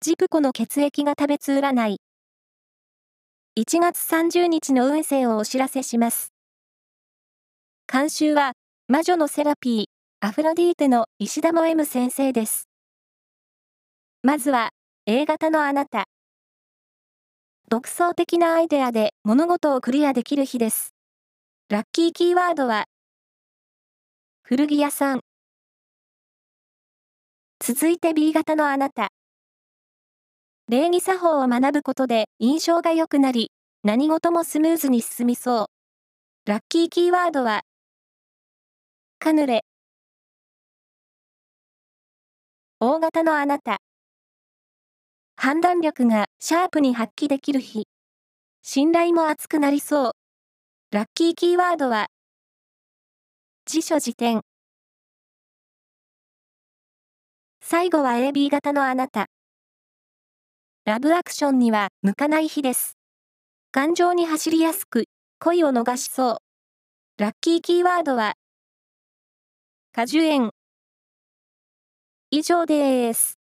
ジプコの血液が食べつ占い。1月30日の運勢をお知らせします。監修は、魔女のセラピー、アフロディーテの石田も M 先生です。まずは、A 型のあなた。独創的なアイデアで物事をクリアできる日です。ラッキーキーワードは、古着屋さん。続いて B 型のあなた。礼儀作法を学ぶことで印象が良くなり、何事もスムーズに進みそう。ラッキーキーワードは、カヌレ。O 型のあなた。判断力がシャープに発揮できる日。信頼も厚くなりそう。ラッキーキーワードは、辞書辞典。最後は AB 型のあなた。ラブアクションには向かない日です。感情に走りやすく、恋を逃しそう。ラッキーキーワードは、果樹園。以上です。